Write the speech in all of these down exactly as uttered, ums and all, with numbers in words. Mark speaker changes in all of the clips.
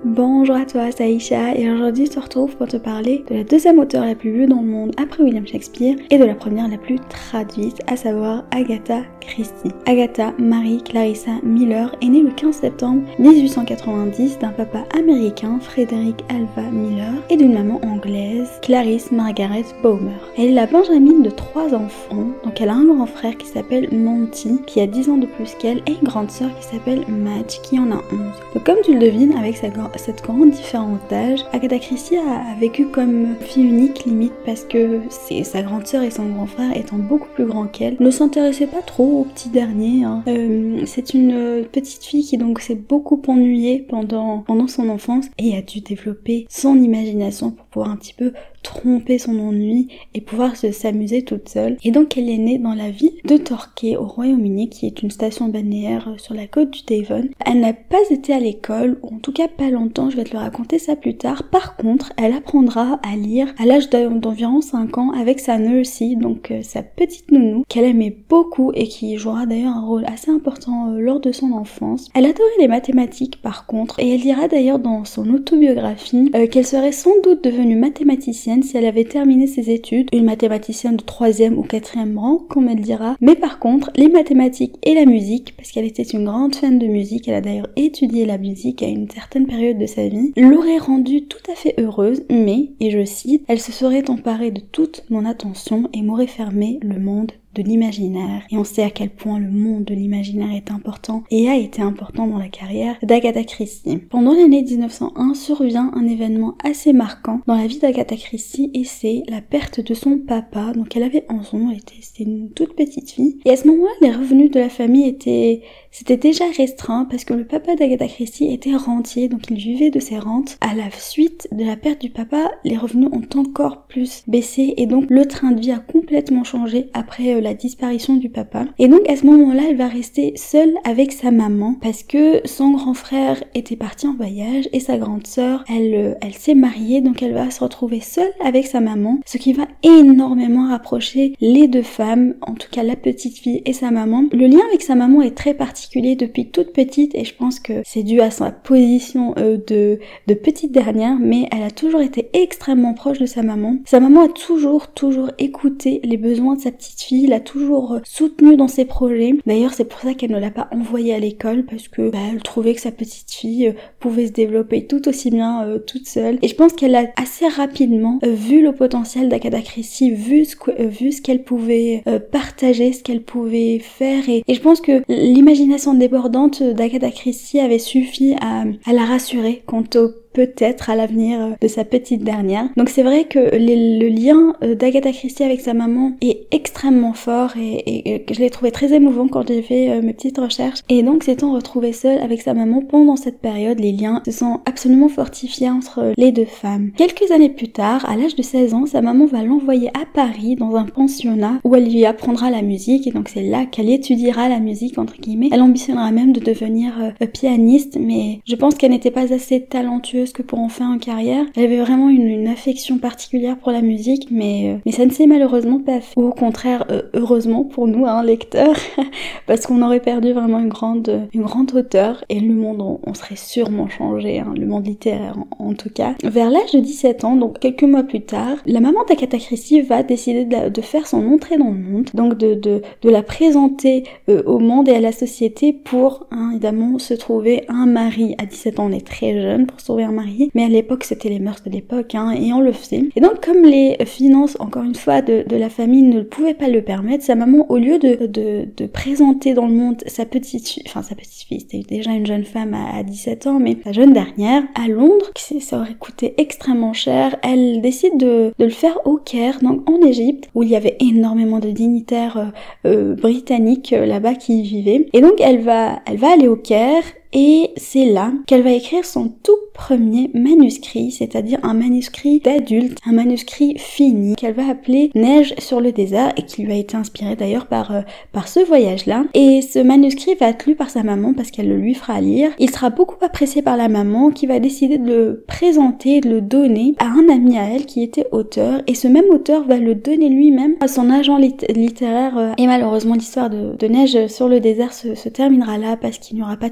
Speaker 1: Bonjour à toi, c'est Aïcha et aujourd'hui je te retrouve pour te parler de la deuxième auteure la plus lue dans le monde après William Shakespeare et de la première la plus traduite, à savoir Agatha Christie. Agatha Mary Clarissa Miller est née le quinze septembre dix-huit cent quatre-vingt-dix d'un papa américain, Frederick Alva Miller, et d'une maman anglaise, Clarice Margaret Bowmer. Elle est la benjamine de trois enfants, donc elle a un grand frère qui s'appelle Monty, qui a dix ans de plus qu'elle, et une grande sœur qui s'appelle Madge, qui en a onze. Donc comme tu le devines, avec sa cette grande différence d'âge, Agatha Christie a, a vécu comme fille unique limite parce que c'est, sa grande sœur et son grand frère étant beaucoup plus grands qu'elle ne s'intéressaient pas trop au petit dernier. Hein. Euh, c'est une petite fille qui donc s'est beaucoup ennuyée pendant, pendant son enfance et a dû développer son imagination pour pouvoir un petit peu tromper son ennui et pouvoir se, s'amuser toute seule. Et donc elle est née dans la ville de Torquay au Royaume-Uni, qui est une station balnéaire sur la côte du Devon. Elle n'a pas été à l'école, ou en tout cas pas longtemps, je vais te le raconter ça plus tard. Par contre, elle apprendra à lire à l'âge d'environ cinq ans avec sa nursie, donc euh, sa petite nounou, qu'elle aimait beaucoup et qui jouera d'ailleurs un rôle assez important euh, lors de son enfance. Elle adorait les mathématiques par contre, et elle dira d'ailleurs dans son autobiographie euh, qu'elle serait sans doute devenue mathématicienne si elle avait terminé ses études, une mathématicienne de troisième ou quatrième rang, comme elle dira. Mais par contre, les mathématiques et la musique, parce qu'elle était une grande fan de musique, elle a d'ailleurs étudié la musique à une certaine période de sa vie, l'auraient rendue tout à fait heureuse, mais, et je cite, elle se serait emparée de toute mon attention et m'aurait fermé le monde de l'imaginaire. Et on sait à quel point le monde de l'imaginaire est important et a été important dans la carrière d'Agatha Christie. Pendant l'année dix-neuf cent un survient un événement assez marquant dans la vie d'Agatha Christie et c'est la perte de son papa. Donc elle avait onze ans, elle était, c'était une toute petite fille. Et à ce moment-là, les revenus de la famille étaient, c'était déjà restreint parce que le papa d'Agatha Christie était rentier, donc il vivait de ses rentes. À la suite de la perte du papa, les revenus ont encore plus baissé et donc le train de vie a complètement changé après euh, la disparition du papa. Et donc à ce moment-là, elle va rester seule avec sa maman parce que son grand frère était parti en voyage et sa grande sœur, elle, elle s'est mariée, donc elle va se retrouver seule avec sa maman, ce qui va énormément rapprocher les deux femmes, en tout cas la petite fille et sa maman. Le lien avec sa maman est très particulier depuis toute petite et je pense que c'est dû à sa position euh, de, de petite dernière, mais elle a toujours été extrêmement proche de sa maman. Sa maman a toujours, toujours écouté les besoins de sa petite fille, l'a toujours soutenue dans ses projets. D'ailleurs, c'est pour ça qu'elle ne l'a pas envoyée à l'école parce que bah, elle trouvait que sa petite fille euh, pouvait se développer tout aussi bien euh, toute seule. Et je pense qu'elle a assez rapidement euh, vu le potentiel d'Agatha Christie, vu ce, que, euh, vu ce qu'elle pouvait euh, partager, ce qu'elle pouvait faire. Et, et je pense que l'imagination débordante d'Agatha Christie avait suffi à, à la rassurer quant au peut-être à l'avenir de sa petite dernière. Donc c'est vrai que les, le lien d'Agatha Christie avec sa maman est extrêmement fort et, et, et je l'ai trouvé très émouvant quand j'ai fait euh, mes petites recherches. Et donc s'étant retrouvée seule avec sa maman pendant cette période, les liens se sont absolument fortifiés entre les deux femmes. Quelques années plus tard, à l'âge de seize ans, sa maman va l'envoyer à Paris dans un pensionnat où elle lui apprendra la musique et donc c'est là qu'elle étudiera la musique entre guillemets. Elle ambitionnera même de devenir euh, pianiste, mais je pense qu'elle n'était pas assez talentueuse que pour en faire une carrière. Elle avait vraiment une, une affection particulière pour la musique, mais, euh, mais ça ne s'est malheureusement pas fait. Ou au contraire, euh, heureusement pour nous, hein, lecteurs, parce qu'on aurait perdu vraiment une grande, une grande auteure, et le monde, on, on serait sûrement changé, hein, le monde littéraire en, en tout cas. Vers l'âge de dix-sept ans, donc quelques mois plus tard, la maman d'Agatha Christie va décider de, la, de faire son entrée dans le monde, donc de, de, de la présenter euh, au monde et à la société pour, hein, évidemment, se trouver un mari. À dix-sept ans, on est très jeune pour se trouver un mari, mais à l'époque c'était les mœurs de l'époque hein, et on le faisait. Et donc comme les finances encore une fois de, de la famille ne pouvaient pas le permettre, sa maman au lieu de, de, de présenter dans le monde sa petite fille, enfin sa petite fille, c'était déjà une jeune femme à, à dix-sept ans, mais sa jeune dernière à Londres, ça aurait coûté extrêmement cher, elle décide de, de le faire au Caire, donc en Égypte, où il y avait énormément de dignitaires euh, euh, britanniques euh, là-bas qui y vivaient. Et donc elle va, elle va aller au Caire. Et c'est là qu'elle va écrire son tout premier manuscrit, c'est-à-dire un manuscrit d'adulte, un manuscrit fini, qu'elle va appeler Neige sur le désert et qui lui a été inspiré d'ailleurs par, euh, par ce voyage-là. Et ce manuscrit va être lu par sa maman parce qu'elle le lui fera lire. Il sera beaucoup apprécié par la maman qui va décider de le présenter, de le donner à un ami à elle qui était auteur. Et ce même auteur va le donner lui-même à son agent lit- littéraire. Et malheureusement, l'histoire de, de Neige sur le désert se, se terminera là parce qu'il n'y aura pas de suite. Hein.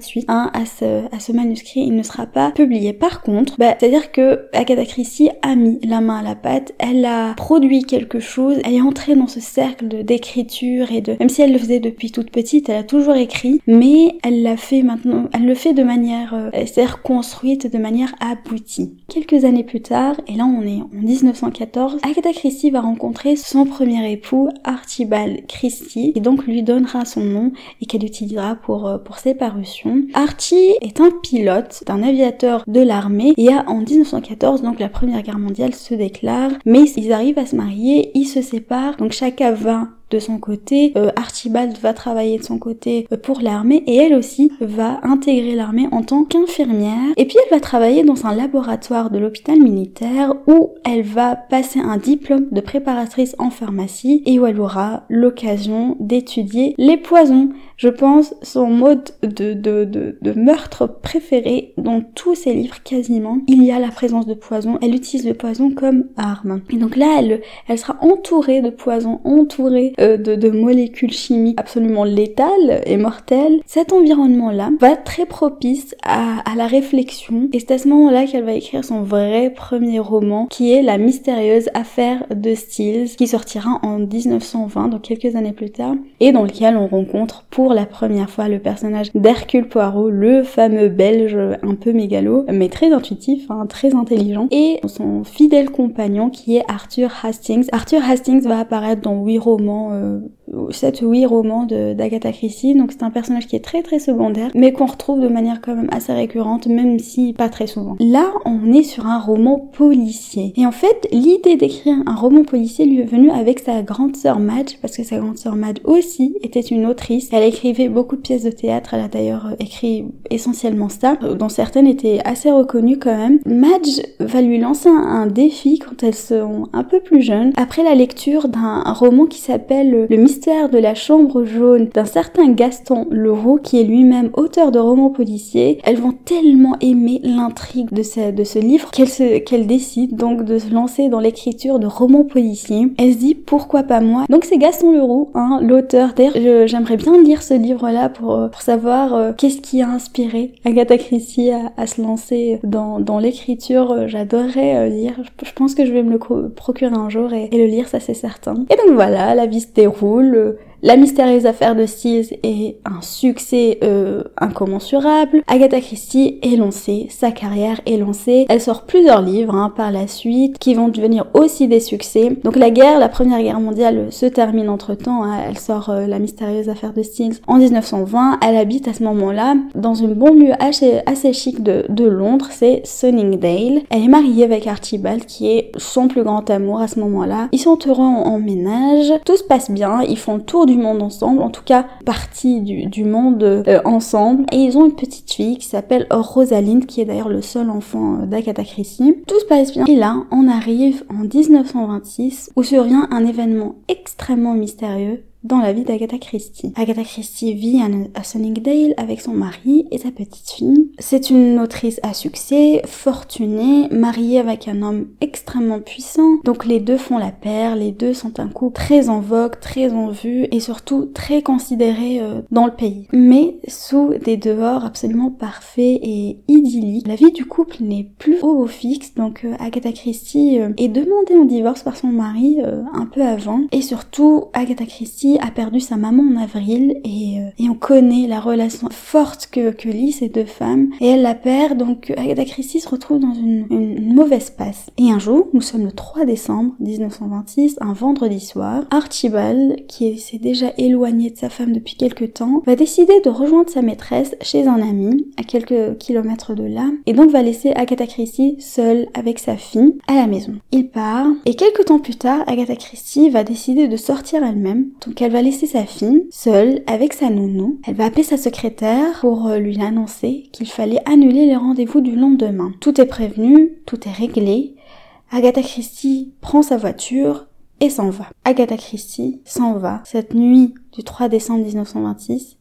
Speaker 1: main à ce, à ce manuscrit, il ne sera pas publié. Par contre, bah, c'est-à-dire que Agatha Christie a mis la main à la pâte, elle a produit quelque chose, elle est entrée dans ce cercle de, d'écriture et de, même si elle le faisait depuis toute petite, elle a toujours écrit, mais elle l'a fait maintenant, elle le fait de manière, euh, c'est-à-dire construite de manière aboutie. Quelques années plus tard, et là on est en dix-neuf cent quatorze, Agatha Christie va rencontrer son premier époux, Archibald Christie, et donc lui donnera son nom et qu'elle utilisera pour, euh, pour ses parutions. Archie est un pilote, un aviateur de l'armée, et a, en dix-neuf cent quatorze, donc la Première Guerre mondiale se déclare, mais ils arrivent à se marier, ils se séparent, donc chacun va de son côté, euh, Archibald va travailler de son côté euh, pour l'armée et elle aussi va intégrer l'armée en tant qu'infirmière et puis elle va travailler dans un laboratoire de l'hôpital militaire où elle va passer un diplôme de préparatrice en pharmacie et où elle aura l'occasion d'étudier les poisons. Je pense son mode de, de, de, de meurtre préféré dans tous ses livres quasiment. Il y a la présence de poison, elle utilise le poison comme arme. Et donc là, elle, elle sera entourée de poison, entourée euh, de, de molécules chimiques absolument létales et mortelles. Cet environnement-là va être très propice à, à la réflexion et c'est à ce moment-là qu'elle va écrire son vrai premier roman qui est La mystérieuse affaire de Steele qui sortira en dix-neuf cent vingt, donc quelques années plus tard, et dans lequel on rencontre pour la première fois le personnage d'Hercule Poirot, le fameux belge un peu mégalo, mais très intuitif, hein, très intelligent, et son fidèle compagnon qui est Arthur Hastings. Arthur Hastings va apparaître dans huit romans, euh, sept ou huit romans de, d'Agatha Christie, donc c'est un personnage qui est très très secondaire, mais qu'on retrouve de manière quand même assez récurrente, même si pas très souvent. Là, on est sur un roman policier. Et en fait, l'idée d'écrire un roman policier lui est venue avec sa grande sœur Madge, parce que sa grande sœur Madge aussi était une autrice. Elle écrivait beaucoup de pièces de théâtre, elle a d'ailleurs écrit essentiellement ça, dont certaines étaient assez reconnues quand même. Madge va lui lancer un, un défi quand elles sont un peu plus jeunes, après la lecture d'un roman qui s'appelle Le mystère de la chambre jaune d'un certain Gaston Leroux, qui est lui-même auteur de romans policiers. Elles vont tellement aimer l'intrigue de ce, de ce livre qu'elles se, qu'elles décident donc de se lancer dans l'écriture de romans policiers. Elle se dit pourquoi pas moi. Donc c'est Gaston Leroux, hein, l'auteur. D'ailleurs, je, j'aimerais bien lire ce livre-là pour, pour savoir euh, qu'est-ce qui a inspiré Agatha Christie à, à se lancer dans, dans l'écriture. J'adorerais euh, lire. Je, je pense que je vais me le co- procurer un jour et, et le lire, ça c'est certain. Et donc voilà, la vie se déroule. La mystérieuse affaire de Steele est un succès euh, incommensurable. Agatha Christie est lancée, sa carrière est lancée. Elle sort plusieurs livres hein, par la suite qui vont devenir aussi des succès. Donc la guerre, la première guerre mondiale se termine entre temps. Hein. Elle sort euh, La mystérieuse affaire de Steele en dix-neuf cent vingt. Elle habite à ce moment-là dans une banlieue assez, assez chic de, de Londres, c'est Sunningdale. Elle est mariée avec Archibald qui est son plus grand amour à ce moment-là. Ils sont heureux en, en ménage, tout se passe bien, ils font le tour du monde ensemble, en tout cas partie du, du monde euh, ensemble, et ils ont une petite fille qui s'appelle Rosalind, qui est d'ailleurs le seul enfant euh, d'Agatha Christie. Tout se passe bien, et là on arrive en dix-neuf cent vingt-six où survient un événement extrêmement mystérieux dans la vie d'Agatha Christie. Agatha Christie vit à Sunningdale avec son mari et sa petite fille. C'est une autrice à succès, fortunée, mariée avec un homme extrêmement puissant. Donc les deux font la paire, les deux sont un couple très en vogue, très en vue et surtout très considéré euh, dans le pays. Mais sous des dehors absolument parfaits et idylliques. La vie du couple n'est plus au beau fixe, donc euh, Agatha Christie euh, est demandée en divorce par son mari euh, un peu avant. Et surtout, Agatha Christie a perdu sa maman en avril et, euh, et on connaît la relation forte que, que lient ces deux femmes et elle la perd, donc Agatha Christie se retrouve dans une, une, une mauvaise passe. Et un jour, nous sommes le trois décembre dix-neuf cent vingt-six, un vendredi soir, Archibald, qui s'est déjà éloigné de sa femme depuis quelque temps, va décider de rejoindre sa maîtresse chez un ami à quelques kilomètres de là et donc va laisser Agatha Christie seule avec sa fille à la maison. Il part et quelques temps plus tard, Agatha Christie va décider de sortir elle-même, donc elle va laisser sa fille seule avec sa nounou. Elle va appeler sa secrétaire pour lui annoncer qu'il fallait annuler les rendez-vous du lendemain. Tout est prévenu, tout est réglé. Agatha Christie prend sa voiture et s'en va. Agatha Christie s'en va cette nuit du trois décembre dix-neuf cent vingt-six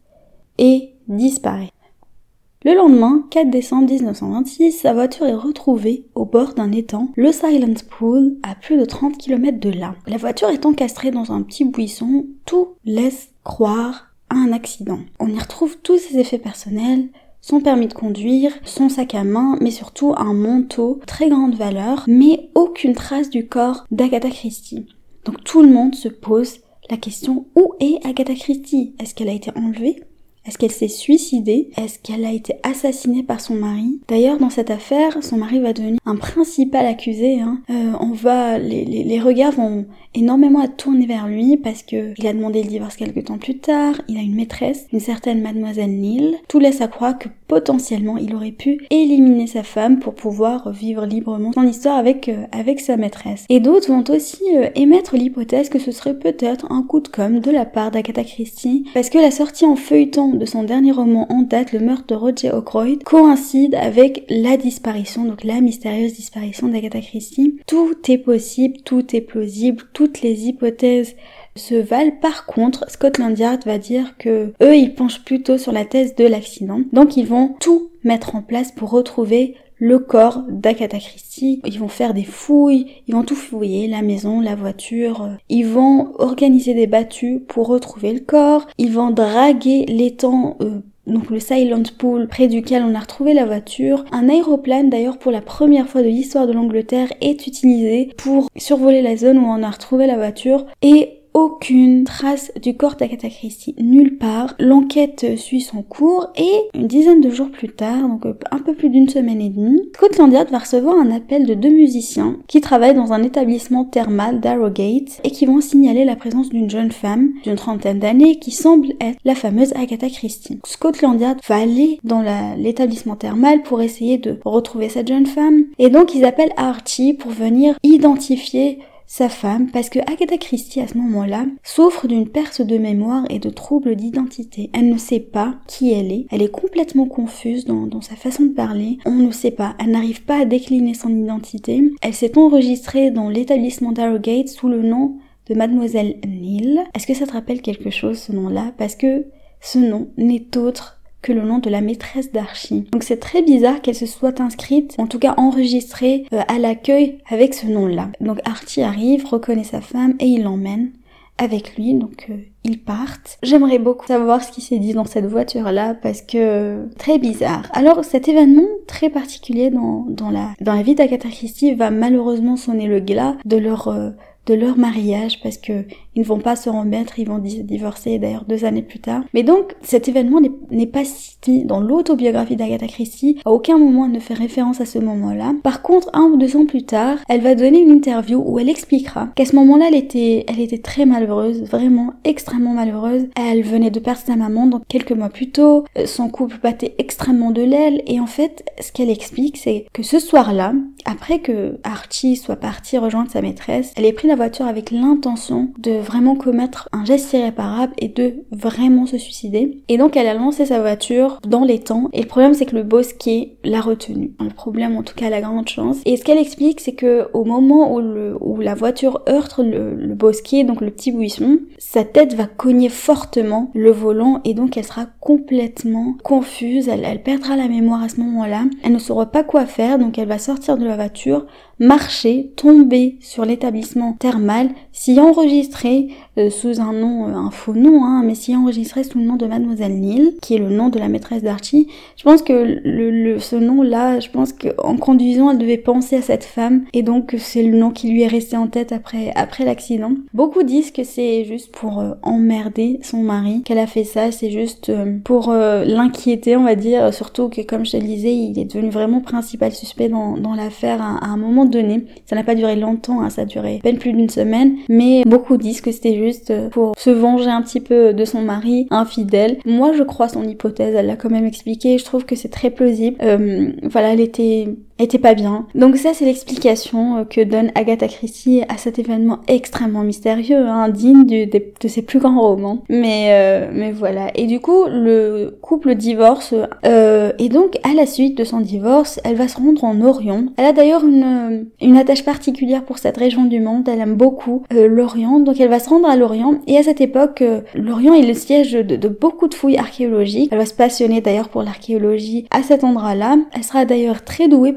Speaker 1: et disparaît. Le lendemain, quatre décembre dix-neuf cent vingt-six, sa voiture est retrouvée au bord d'un étang, le Silent Pool, à plus de trente kilomètres de là. La voiture est encastrée dans un petit buisson, tout laisse croire à un accident. On y retrouve tous ses effets personnels, son permis de conduire, son sac à main, mais surtout un manteau, très grande valeur, mais aucune trace du corps d'Agatha Christie. Donc tout le monde se pose la question, où est Agatha Christie? Est-ce qu'elle a été enlevée? Est-ce qu'elle s'est suicidée? Est-ce qu'elle a été assassinée par son mari? D'ailleurs, dans cette affaire, son mari va devenir un principal accusé. Hein. Euh, on va, les, les, les regards vont énormément être tournés vers lui parce que il a demandé le divorce quelques temps plus tard. Il a une maîtresse, une certaine mademoiselle Neal. Tout laisse à croire que potentiellement, il aurait pu éliminer sa femme pour pouvoir vivre librement son histoire avec euh, avec sa maîtresse. Et d'autres vont aussi euh, émettre l'hypothèse que ce serait peut-être un coup de com' de la part d'Agatha Christie parce que la sortie en feuilleton de son dernier roman en date, Le meurtre de Roger Ackroyd, coïncide avec la disparition, donc la mystérieuse disparition d'Agatha Christie. Tout est possible, tout est plausible, toutes les hypothèses se valent. Par contre, Scotland Yard va dire que eux, ils penchent plutôt sur la thèse de l'accident. Donc ils vont tout mettre en place pour retrouver le corps d'Agatha Christie. Ils vont faire des fouilles, ils vont tout fouiller, la maison, la voiture. Ils vont organiser des battues pour retrouver le corps. Ils vont draguer l'étang, euh, donc le Silent Pool, près duquel on a retrouvé la voiture. Un aéroplane, d'ailleurs, pour la première fois de l'histoire de l'Angleterre, est utilisé pour survoler la zone où on a retrouvé la voiture. Et aucune trace du corps d'Agatha Christie, nulle part. L'enquête suit son cours et une dizaine de jours plus tard, donc un peu plus d'une semaine et demie, Scotland Yard va recevoir un appel de deux musiciens qui travaillent dans un établissement thermal d'Harrogate et qui vont signaler la présence d'une jeune femme d'une trentaine d'années qui semble être la fameuse Agatha Christie. Scotland Yard va aller dans la, l'établissement thermal pour essayer de retrouver cette jeune femme et donc ils appellent Archie pour venir identifier sa femme, parce que Agatha Christie à ce moment-là souffre d'une perte de mémoire et de troubles d'identité. Elle ne sait pas qui elle est, elle est complètement confuse dans, dans sa façon de parler, on ne sait pas, elle n'arrive pas à décliner son identité. Elle s'est enregistrée dans l'établissement d'Harrogate sous le nom de Mademoiselle Neal. Est-ce que ça te rappelle quelque chose ce nom-là? Parce que ce nom n'est autre que le nom de la maîtresse d'Archie. Donc c'est très bizarre qu'elle se soit inscrite, en tout cas enregistrée euh, à l'accueil avec ce nom-là. Donc Archie arrive, reconnaît sa femme et il l'emmène avec lui, donc euh, ils partent. J'aimerais beaucoup savoir ce qui s'est dit dans cette voiture-là parce que euh, très bizarre. Alors cet événement très particulier dans, dans, la, dans la vie d'Agatha Christie va malheureusement sonner le glas de leur... Euh, de leur mariage parce que ils ne vont pas se remettre, ils vont divorcer d'ailleurs deux années plus tard. Mais donc cet événement n'est, n'est pas cité dans l'autobiographie d'Agatha Christie, à aucun moment elle ne fait référence à ce moment-là. Par contre, un ou deux ans plus tard, elle va donner une interview où elle expliquera qu'à ce moment-là elle était, elle était très malheureuse, vraiment extrêmement malheureuse. Elle venait de perdre sa maman donc quelques mois plus tôt, son couple battait extrêmement de l'aile et en fait ce qu'elle explique c'est que ce soir-là, après que Archie soit parti rejoindre sa maîtresse, elle est prise la voiture avec l'intention de vraiment commettre un geste irréparable et de vraiment se suicider. Et donc elle a lancé sa voiture dans l'étang et le problème c'est que le bosquet l'a retenue. Le problème en tout cas, elle a grande chance. Et ce qu'elle explique c'est que au moment où, le, où la voiture heurte le, le bosquet, donc le petit buisson, sa tête va cogner fortement le volant et donc elle sera complètement confuse, elle, elle perdra la mémoire à ce moment-là, elle ne saura pas quoi faire donc elle va sortir de la voiture, marcher, tomber sur l'établissement thermal, s'y enregistrer euh, sous un nom, euh, un faux nom, hein, mais s'y enregistrer sous le nom de Mademoiselle Neal, qui est le nom de la maîtresse d'Archie. Je pense que le, le, ce nom-là, je pense qu'en conduisant, elle devait penser à cette femme, et donc c'est le nom qui lui est resté en tête après, après l'accident. Beaucoup disent que c'est juste pour euh, emmerder son mari qu'elle a fait ça, c'est juste euh, pour euh, l'inquiéter, on va dire, surtout que comme je te le disais, il est devenu vraiment principal suspect dans, dans l'affaire à, à un moment donné. Ça n'a pas duré longtemps, hein, ça a duré à peine plus d'une semaine, mais beaucoup disent que c'était juste pour se venger un petit peu de son mari infidèle. Moi je crois son hypothèse, elle l'a quand même expliqué, je trouve que c'est très plausible. Euh, voilà, elle était... était pas bien. Donc ça c'est l'explication que donne Agatha Christie à cet événement extrêmement mystérieux, hein, digne de, de, de ses plus grands romans. Mais euh, mais voilà. Et du coup le couple divorce euh, et donc à la suite de son divorce, elle va se rendre en Orient. Elle a d'ailleurs une une attache particulière pour cette région du monde. Elle aime beaucoup euh, l'Orient, donc elle va se rendre à l'Orient. Et à cette époque, euh, l'Orient est le siège de, de beaucoup de fouilles archéologiques. Elle va se passionner d'ailleurs pour l'archéologie à cet endroit-là. Elle sera d'ailleurs très douée pour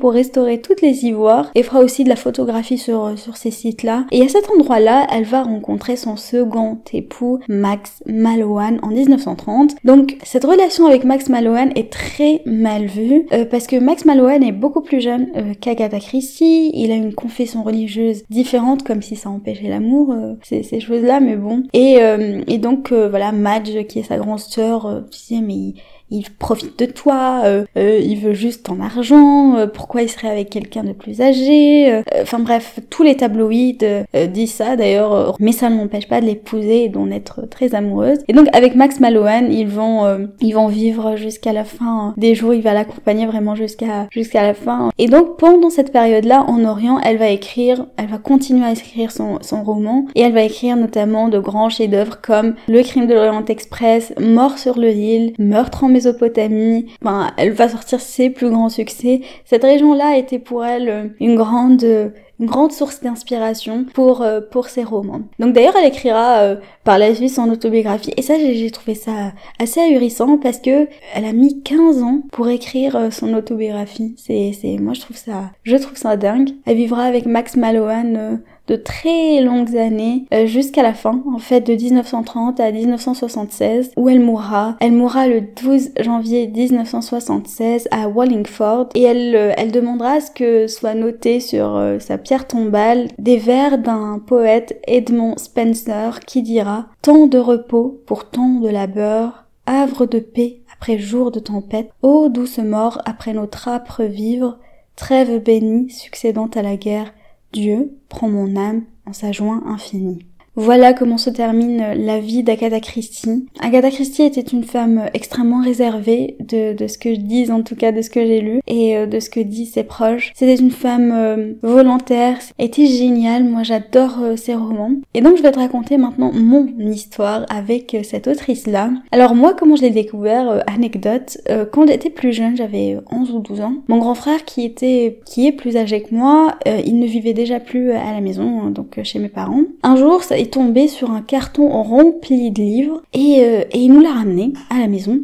Speaker 1: pour restaurer toutes les ivoires et fera aussi de la photographie sur, sur ces sites-là. Et à cet endroit-là, elle va rencontrer son second époux, Max Mallowan, en dix-neuf cent trente. Donc, cette relation avec Max Mallowan est très mal vue euh, parce que Max Mallowan est beaucoup plus jeune euh, qu'Agatha Christie. Il a une confession religieuse différente, comme si ça empêchait l'amour, euh, ces, ces choses-là, mais bon. Et, euh, et donc, euh, voilà, Madge, qui est sa grande sœur, euh, disait, mais il... il profite de toi, euh, euh, il veut juste ton argent, euh, pourquoi il serait avec quelqu'un de plus âgé, euh, enfin bref, tous les tabloïds euh, disent ça d'ailleurs, euh, mais ça ne l'empêche pas de l'épouser et d'en être très amoureuse. Et donc avec Max Mallowan, ils vont euh, ils vont vivre jusqu'à la fin des jours, il va l'accompagner vraiment jusqu'à jusqu'à la fin. Et donc pendant cette période-là, en Orient, elle va écrire, elle va continuer à écrire son, son roman, et elle va écrire notamment de grands chefs-d'œuvre comme Le Crime de l'Orient Express, Mort sur le Nil, Meurtre en Mésopotamie. Enfin, elle va sortir ses plus grands succès. Cette région-là était pour elle une grande, une grande source d'inspiration pour pour ses romans. Donc d'ailleurs, elle écrira euh, par la suite son autobiographie. Et ça, j'ai, j'ai trouvé ça assez ahurissant parce que elle a mis quinze ans pour écrire euh, son autobiographie. C'est, c'est, moi, je trouve ça, je trouve ça dingue. Elle vivra avec Max Mallowan euh, de très longues années euh, jusqu'à la fin, en fait, de dix-neuf cent trente à dix-neuf cent soixante-seize, où elle mourra. Elle mourra le douze janvier dix-neuf cent soixante-seize à Wallingford, et elle euh, elle demandera à ce que soit noté sur euh, sa pierre tombale des vers d'un poète, Edmond Spenser, qui dira « Tant de repos pour tant de labeur, havre de paix après jour de tempête, ô douce mort après notre âpre vivre, trêve bénie succédant à la guerre, Dieu prend mon âme en sa joie infinie. » Voilà comment se termine la vie d'Agatha Christie. Agatha Christie était une femme extrêmement réservée, de, de ce que je dis, en tout cas de ce que j'ai lu, et de ce que disent ses proches. C'était une femme euh, volontaire, était géniale, moi j'adore euh, ses romans. Et donc je vais te raconter maintenant mon histoire avec euh, cette autrice-là. Alors moi, comment je l'ai découvert, euh, anecdote, euh, quand j'étais plus jeune, j'avais onze ou douze ans, mon grand frère qui était, qui est plus âgé que moi, euh, il ne vivait déjà plus à la maison, donc chez mes parents. Un jour, ça est tombé sur un carton rempli de livres et, euh, et il nous l'a ramené à la maison,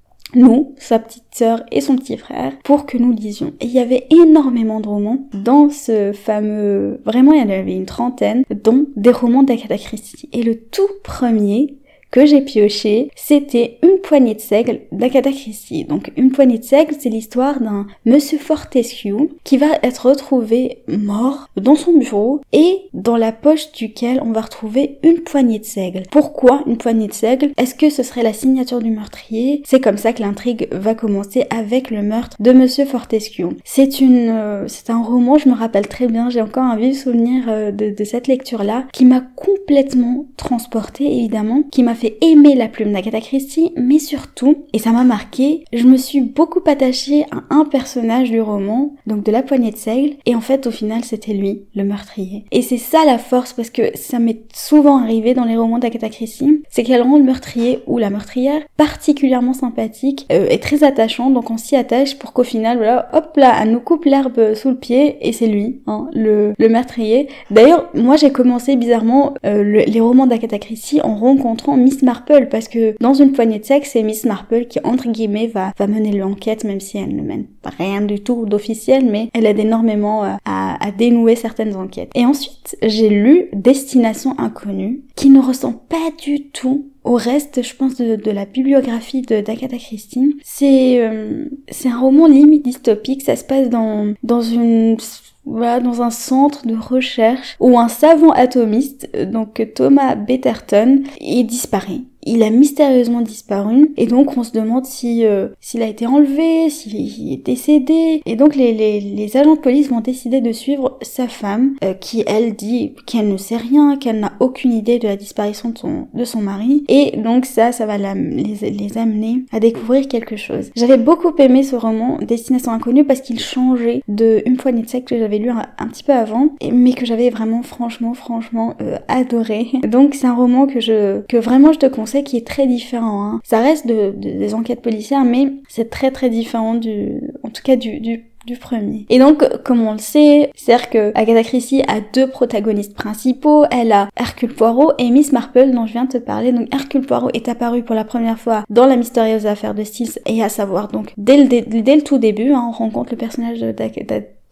Speaker 1: nous, sa petite sœur et son petit frère, pour que nous lisions. Et il y avait énormément de romans dans ce fameux... Vraiment, il y en avait une trentaine, dont des romans d'Agatha Christie. Et le tout premier que j'ai pioché, c'était Une poignée de seigle d'Agatha Christie. Donc Une poignée de seigle, c'est l'histoire d'un monsieur Fortescue qui va être retrouvé mort dans son bureau et dans la poche duquel on va retrouver une poignée de seigle. Pourquoi une poignée de seigle? Est-ce que ce serait la signature du meurtrier? C'est comme ça que l'intrigue va commencer avec le meurtre de monsieur Fortescue. C'est une, euh, c'est un roman, je me rappelle très bien, j'ai encore un vif souvenir euh, de, de cette lecture-là, qui m'a complètement transportée, évidemment, qui m'a fait aimer la plume d'Agatha Christie, mais surtout, et ça m'a marqué, je me suis beaucoup attachée à un personnage du roman, donc de La poignée de seigle, et en fait au final c'était lui, le meurtrier. Et c'est ça la force, parce que ça m'est souvent arrivé dans les romans d'Agatha Christie, c'est qu'elle rend le meurtrier ou la meurtrière particulièrement sympathique euh, et très attachant, donc on s'y attache pour qu'au final, voilà, hop là, elle nous coupe l'herbe sous le pied, et c'est lui, hein, le, le meurtrier. D'ailleurs, moi j'ai commencé bizarrement euh, le, les romans d'Agatha Christie en rencontrant Miss Marple, parce que dans Une poignée de seigle, c'est Miss Marple qui, entre guillemets, va, va mener l'enquête, même si elle ne mène rien du tout d'officiel, mais elle aide énormément à, à dénouer certaines enquêtes. Et ensuite, j'ai lu Destination inconnue, qui ne ressemble pas du tout au reste, je pense, de, de la bibliographie de d'Agatha Christie. C'est euh, c'est un roman limite dystopique, ça se passe dans dans une... Voilà, dans un centre de recherche où un savant atomiste, donc Thomas Betterton, est disparaît. Il a mystérieusement disparu et donc on se demande si euh, s'il a été enlevé, s'il est décédé. Et donc les, les, les agents de police vont décider de suivre sa femme euh, qui elle dit qu'elle ne sait rien, qu'elle n'a aucune idée de la disparition de son, de son mari. Et donc ça, ça va la, les, les amener à découvrir quelque chose. J'avais beaucoup aimé ce roman Destination inconnue parce qu'il changeait de Une poignée de seigle que j'avais lu un, un petit peu avant, mais que j'avais vraiment franchement franchement euh, adoré. Donc c'est un roman que je que vraiment je te conseille, qui est très différent, hein. Ça reste de, de, des enquêtes policières, mais c'est très très différent du, en tout cas du, du du premier. Et donc, comme on le sait, c'est-à-dire que Agatha Christie a deux protagonistes principaux. Elle a Hercule Poirot et Miss Marple dont je viens de te parler. Donc Hercule Poirot est apparu pour la première fois dans La mystérieuse affaire de Styles, et à savoir donc dès le, dès, dès le tout début, hein, on rencontre le personnage d'Agatha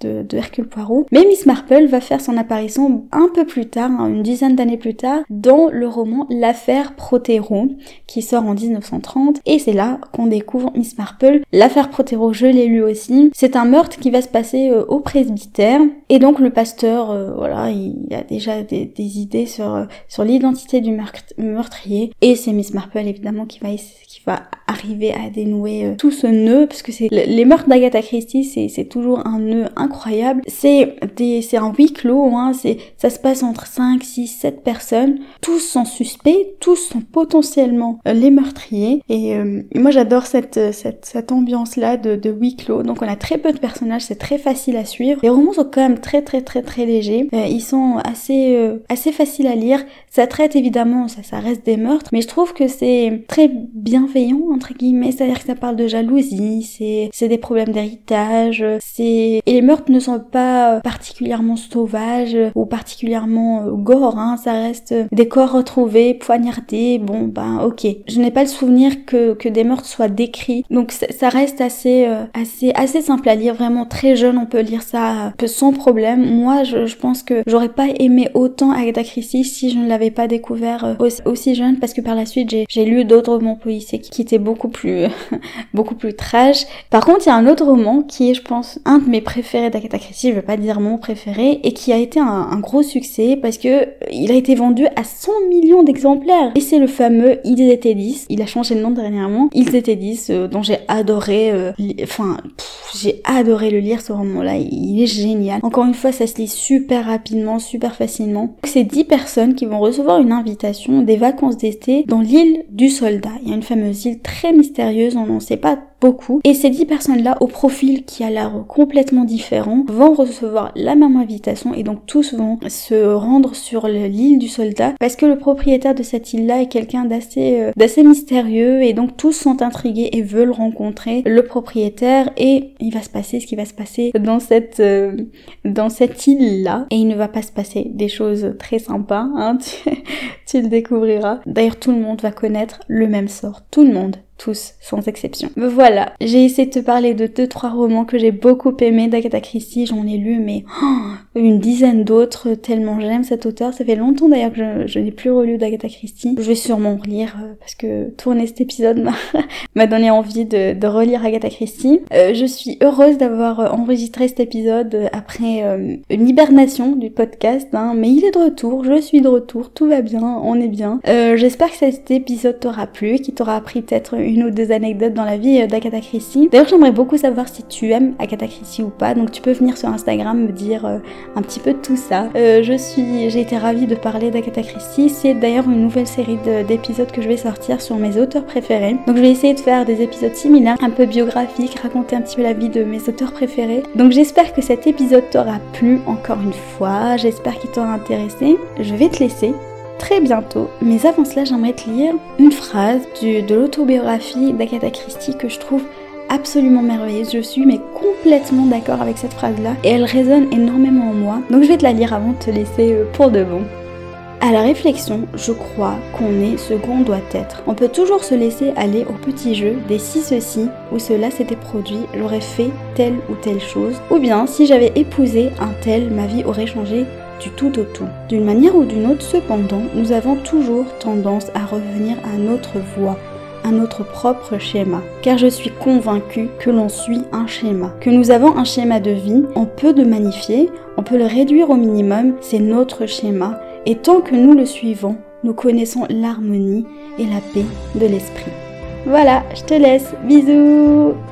Speaker 1: de, de Hercule Poirot. Mais Miss Marple va faire son apparition un peu plus tard, hein, une dizaine d'années plus tard, dans le roman L'affaire Protheroe, qui sort en dix-neuf cent trente, et c'est là qu'on découvre Miss Marple. L'affaire Protheroe, je l'ai lu aussi. C'est un meurtre qui va se passer euh, au presbytère, et donc le pasteur, euh, voilà, il a déjà des, des idées sur, euh, sur l'identité du meurtrier, et c'est Miss Marple évidemment qui va, qui va arriver à dénouer euh, tout ce nœud, parce que c'est les meurtres d'Agatha Christie, c'est, c'est toujours un nœud incroyable. C'est des, c'est un huis clos, hein, c'est, ça se passe entre cinq, six, sept personnes, tous sont suspects, tous sont potentiellement euh, les meurtriers, et euh, moi j'adore cette, cette, cette ambiance-là de, de huis clos. Donc on a très peu de personnages, c'est très facile à suivre. Les romans sont quand même très très très très légers, euh, ils sont assez, euh, assez faciles à lire. Ça traite évidemment, ça, ça reste des meurtres, mais je trouve que c'est très bienveillant, entre guillemets, c'est-à-dire que ça parle de jalousie, c'est, c'est des problèmes d'héritage, c'est, et les meurtres ne sont pas particulièrement sauvages ou particulièrement euh, gore, hein, ça reste des corps retrouvés, poignardés, bon ben ok. Je n'ai pas le souvenir que, que des meurtres soient décrits, donc ça, ça reste assez, euh, assez, assez simple à lire, vraiment très jeune, on peut lire ça euh, sans problème. Moi je, je pense que j'aurais pas aimé autant Agatha Christie si je ne l'avais pas découvert euh, aussi, aussi jeune, parce que par la suite j'ai, j'ai lu d'autres romans policiers qui, qui étaient beaucoup plus, beaucoup plus trash. Par contre il y a un autre roman qui est je pense un de mes préférés d'Agatha Christie, je vais pas dire mon préféré, et qui a été un, un gros succès parce que il a été vendu à cent millions d'exemplaires, et c'est le fameux Ils étaient dix. Il a changé de nom dernièrement. Ils étaient dix, euh, dont j'ai adoré, euh, li- enfin pff, j'ai adoré le lire, ce roman-là, il est génial. Encore une fois, ça se lit super rapidement, super facilement. C'est dix personnes qui vont recevoir une invitation des vacances d'été dans l'île du Soldat. Il y a une fameuse île très mystérieuse, on n'en sait pas beaucoup, et ces dix personnes-là, au profil qui a l'air complètement différent, vont recevoir la même invitation, et donc tous vont se rendre sur le, l'île du Soldat, parce que le propriétaire de cette île-là est quelqu'un d'assez euh, d'assez mystérieux, et donc tous sont intrigués et veulent rencontrer le propriétaire, et il va se passer ce qui va se passer dans cette euh, dans cette île-là, et il ne va pas se passer des choses très sympas, hein, tu, tu le découvriras. D'ailleurs, tout le monde va connaître le même sort, tout le monde. Tous, sans exception. Voilà, j'ai essayé de te parler de deux trois romans que j'ai beaucoup aimés d'Agatha Christie, j'en ai lu mais oh, une dizaine d'autres, tellement j'aime cet auteur. Ça fait longtemps d'ailleurs que je, je n'ai plus relu d'Agatha Christie. Je vais sûrement relire euh, parce que tourner cet épisode m'a, m'a donné envie de, de relire Agatha Christie. Euh, je suis heureuse d'avoir enregistré cet épisode après euh, une hibernation du podcast, hein, mais il est de retour, je suis de retour, tout va bien, on est bien. Euh, j'espère que cet épisode t'aura plu, qu'il t'aura appris peut-être une ou deux anecdotes dans la vie d'Agatha Christie. D'ailleurs, j'aimerais beaucoup savoir si tu aimes Agatha Christie ou pas, donc tu peux venir sur Instagram me dire euh, un petit peu de tout ça. Euh, je suis, j'ai été ravie de parler d'Agatha Christie. C'est d'ailleurs une nouvelle série de, d'épisodes que je vais sortir sur mes auteurs préférés. Donc je vais essayer de faire des épisodes similaires, un peu biographiques, raconter un petit peu la vie de mes auteurs préférés. Donc j'espère que cet épisode t'aura plu encore une fois, j'espère qu'il t'aura intéressé. Je vais te laisser très bientôt, mais avant cela j'aimerais te lire une phrase du, de l'autobiographie d'Agatha Christie que je trouve absolument merveilleuse. Je suis mais complètement d'accord avec cette phrase là et elle résonne énormément en moi, donc je vais te la lire avant de te laisser pour de bon. À la réflexion, je crois qu'on est ce qu'on doit être. On peut toujours se laisser aller au petit jeu des si ceci ou cela s'était produit, j'aurais fait telle ou telle chose, ou bien si j'avais épousé un tel, ma vie aurait changé du tout au tout. D'une manière ou d'une autre, cependant, nous avons toujours tendance à revenir à notre voie, à notre propre schéma. Car je suis convaincue que l'on suit un schéma, que nous avons un schéma de vie, on peut le magnifier, on peut le réduire au minimum, c'est notre schéma, et tant que nous le suivons, nous connaissons l'harmonie et la paix de l'esprit. Voilà, je te laisse, bisous!